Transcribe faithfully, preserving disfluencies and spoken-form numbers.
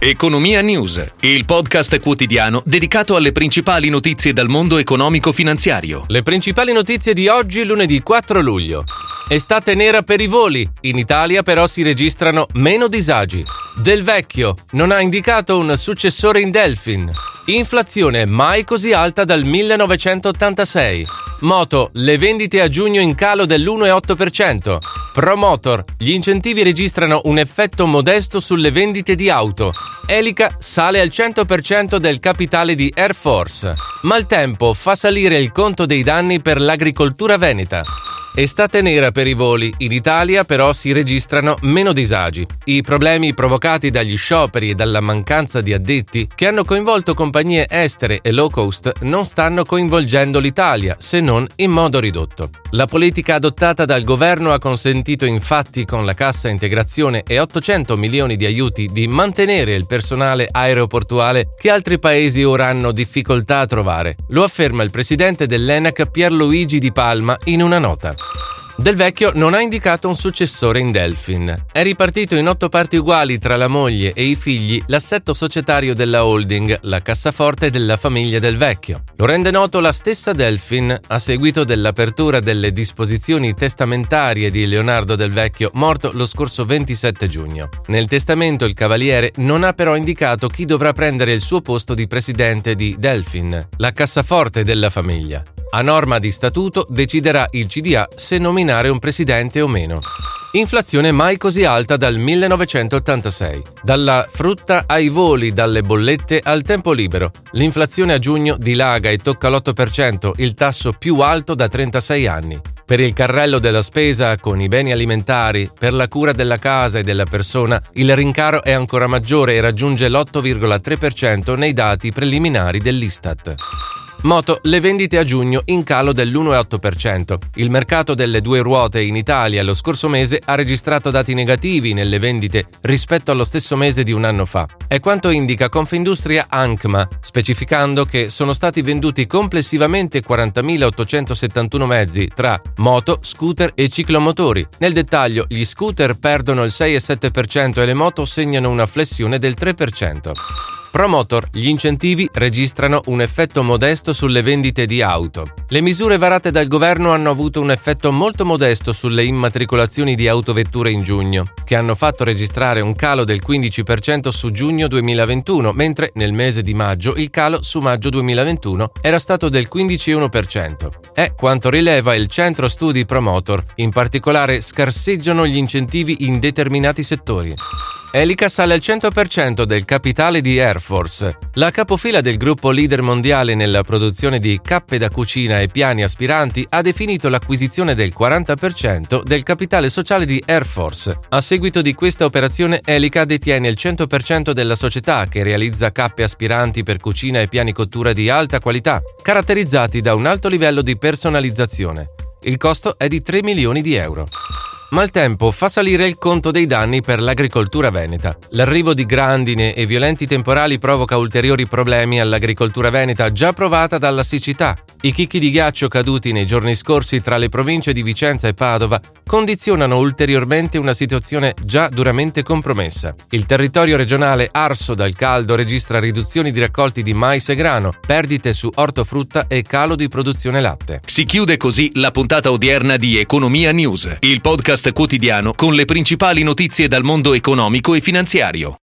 Economia News, il podcast quotidiano dedicato alle principali notizie dal mondo economico-finanziario. Le principali notizie di oggi, lunedì quattro luglio. Estate nera per i voli. In Italia però si registrano meno disagi. Del Vecchio non ha indicato un successore in Delfin. Inflazione mai così alta dal millenovecentottantasei. Moto, le vendite a giugno in calo dell'uno virgola otto per cento. Promotor, gli incentivi registrano un effetto modesto sulle vendite di auto. Elica sale al cento per cento del capitale di Air Force. Maltempo fa salire il conto dei danni per l'agricoltura veneta. Estate nera per i voli. In Italia però si registrano meno disagi. I problemi provocati dagli scioperi e dalla mancanza di addetti che hanno coinvolto compagnie estere e low cost non stanno coinvolgendo l'Italia, se non in modo ridotto. La politica adottata dal governo ha consentito infatti con la cassa integrazione e ottocento milioni di aiuti di mantenere il personale aeroportuale che altri paesi ora hanno difficoltà a trovare. Lo afferma il presidente dell'ENAC Pierluigi Di Palma in una nota. Del Vecchio non ha indicato un successore in Delfin. È ripartito in otto parti uguali tra la moglie e i figli l'assetto societario della holding, la cassaforte della famiglia Del Vecchio. Lo rende noto la stessa Delfin a seguito dell'apertura delle disposizioni testamentarie di Leonardo Del Vecchio, morto lo scorso ventisette giugno. Nel testamento il cavaliere non ha però indicato chi dovrà prendere il suo posto di presidente di Delfin, la cassaforte della famiglia. A norma di statuto deciderà il C D A se nominare un presidente o meno. Inflazione mai così alta dal millenovecentottantasei. Dalla frutta ai voli, dalle bollette al tempo libero. L'inflazione a giugno dilaga e tocca l'otto per cento, il tasso più alto da trentasei anni. Per il carrello della spesa, con i beni alimentari, per la cura della casa e della persona, il rincaro è ancora maggiore e raggiunge l'otto virgola tre per cento nei dati preliminari dell'Istat. Moto, le vendite a giugno in calo dell'uno virgola otto per cento. Il mercato delle due ruote in Italia lo scorso mese ha registrato dati negativi nelle vendite rispetto allo stesso mese di un anno fa. È quanto indica Confindustria Ancma, specificando che sono stati venduti complessivamente quarantamilaottocentosettantuno mezzi tra moto, scooter e ciclomotori. Nel dettaglio, gli scooter perdono il sei virgola sette per cento e le moto segnano una flessione del tre per cento. Promotor, gli incentivi registrano un effetto modesto sulle vendite di auto. Le misure varate dal governo hanno avuto un effetto molto modesto sulle immatricolazioni di autovetture in giugno, che hanno fatto registrare un calo del quindici per cento su giugno duemilaventuno, mentre nel mese di maggio il calo su maggio duemilaventuno era stato del quindici virgola uno per cento. È quanto rileva il centro studi Promotor. In particolare scarseggiano gli incentivi in determinati settori. Elica sale al cento per cento del capitale di Air Force. La capofila del gruppo leader mondiale nella produzione di cappe da cucina e piani aspiranti ha definito l'acquisizione del quaranta per cento del capitale sociale di Air Force. A seguito di questa operazione, Elica detiene il cento per cento della società che realizza cappe aspiranti per cucina e piani cottura di alta qualità, caratterizzati da un alto livello di personalizzazione. Il costo è di tre milioni di euro. Maltempo fa salire il conto dei danni per l'agricoltura veneta. L'arrivo di grandine e violenti temporali provoca ulteriori problemi all'agricoltura veneta già provata dalla siccità. I chicchi di ghiaccio caduti nei giorni scorsi tra le province di Vicenza e Padova condizionano ulteriormente una situazione già duramente compromessa. Il territorio regionale arso dal caldo registra riduzioni di raccolti di mais e grano, perdite su ortofrutta e calo di produzione latte. Si chiude così la puntata odierna di Economia News, il podcast quotidiano con le principali notizie dal mondo economico e finanziario.